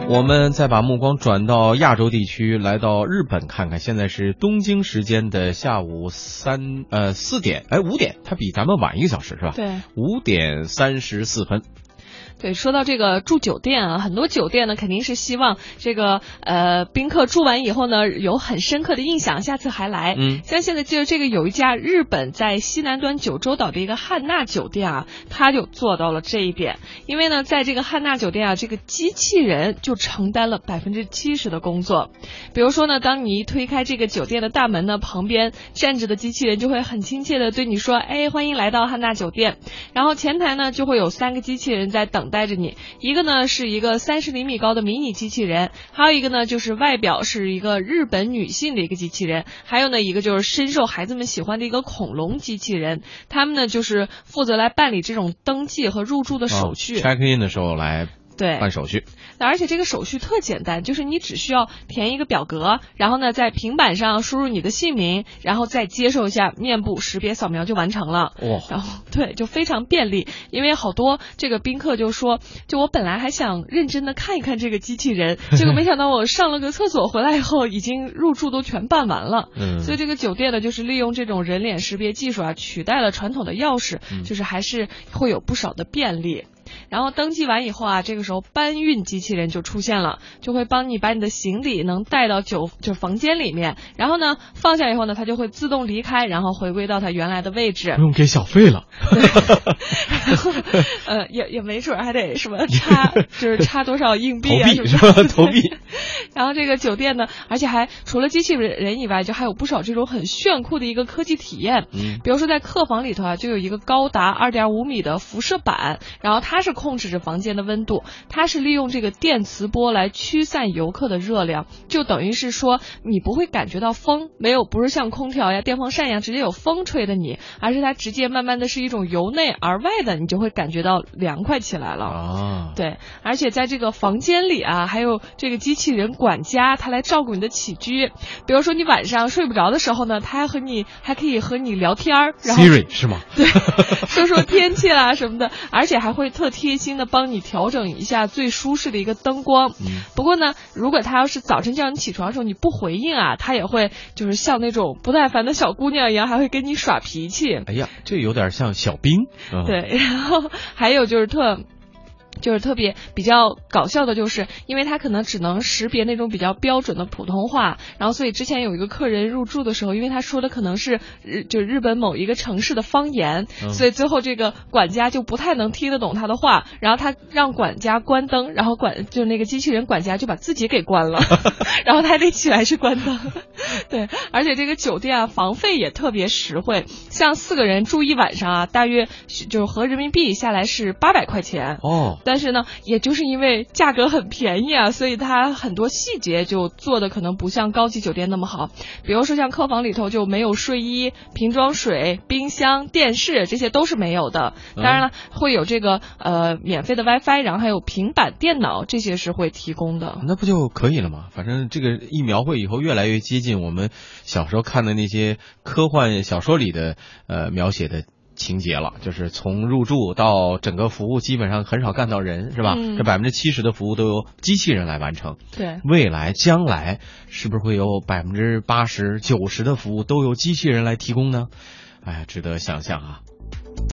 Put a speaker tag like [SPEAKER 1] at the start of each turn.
[SPEAKER 1] 我们再把目光转到亚洲地区，来到日本看看。现在是东京时间的下午4点，5点，它比咱们晚1个小时是吧？
[SPEAKER 2] 对
[SPEAKER 1] ，5点34分。
[SPEAKER 2] 对，说到这个住酒店啊，很多酒店呢肯定是希望这个宾客住完以后呢有很深刻的印象，下次还来。像现在就是这个有一家日本在西南端九州岛的一个汉娜酒店啊，它就做到了这一点。因为呢，在这个汉娜酒店啊，这个机器人就承担了70%的工作。比如说呢，当你一推开这个酒店的大门呢，旁边站着的机器人就会很亲切的对你说：“哎，欢迎来到汉娜酒店。”然后前台呢就会有3个机器人在等待着你，一个呢是一个30厘米高的迷你机器人，还有一个呢就是外表是一个日本女性的一个机器人，还有呢一个就是深受孩子们喜欢的一个恐龙机器人。他们呢就是负责来办理这种登记和入住的手续
[SPEAKER 1] check in 的时候来办手续。
[SPEAKER 2] 而且这个手续特简单，就是你只需要填一个表格，然后呢在平板上输入你的姓名，然后再接受一下面部识别扫描就完成了。然后对，就非常便利。因为好多这个宾客就说，就我本来还想认真的看一看这个机器人，结果没想到我上了个厕所回来以后，已经入住都全办完了。所以这个酒店呢，就是利用这种人脸识别技术啊，取代了传统的钥匙，就是还是会有不少的便利。然后登记完以后啊，这个时候搬运机器人就出现了，就会帮你把你的行李能带到就是房间里面，然后呢放下以后呢，它就会自动离开，然后回归到它原来的位置。
[SPEAKER 1] 不用给小费了。
[SPEAKER 2] 也没准还得什么插多少硬币啊，
[SPEAKER 1] 是吧？投币。
[SPEAKER 2] 然后这个酒店呢，而且还除了机器人以外，就还有不少这种很炫酷的一个科技体验。比如说在客房里头啊，就有一个高达2.5米的辐射板，然后它是控制着房间的温度，它是利用这个电磁波来驱散游客的热量，就等于是说你不会感觉到风，不是像空调呀、电风扇一样直接有风吹的你，而是它直接慢慢的是一种由内而外的，你就会感觉到凉快起来了。对，而且在这个房间里啊，还有这个机器人管家，他来照顾你的起居。比如说你晚上睡不着的时候呢，他还可以和你聊天，然后
[SPEAKER 1] Siri 是吗？
[SPEAKER 2] 对，说天气啦什么的，而且还会特贴心的帮你调整一下最舒适的一个灯光。不过呢，如果他要是早晨叫你起床的时候你不回应啊，他也会就是像那种不耐烦的小姑娘一样，还会跟你耍脾气。
[SPEAKER 1] 哎呀，这有点像小兵。
[SPEAKER 2] 对，然后还有就是特别比较搞笑的，就是因为他可能只能识别那种比较标准的普通话，然后所以之前有一个客人入住的时候，因为他说的可能是日本某一个城市的方言，所以最后这个管家就不太能听得懂他的话，然后他让管家关灯，然后就那个机器人管家就把自己给关了，然后他还得起来去关灯。对，而且这个酒店啊，房费也特别实惠，像4个人住1晚上啊，大约就是合人民币下来是800块钱。但是呢，也就是因为价格很便宜啊，所以它很多细节就做的可能不像高级酒店那么好。比如说像客房里头就没有睡衣、瓶装水、冰箱、电视，这些都是没有的。当然了，会有这个免费的 WiFi， 然后还有平板电脑，这些是会提供的。
[SPEAKER 1] 那不就可以了吗？反正这个一描绘以后越来越接近我们小时候看的那些科幻小说里的描写的情节了，就是从入住到整个服务基本上很少干到人，是吧？这70%的服务都由机器人来完成。
[SPEAKER 2] 对，
[SPEAKER 1] 未来将来是不是会有80%、90%的服务都由机器人来提供呢？哎，值得想象啊。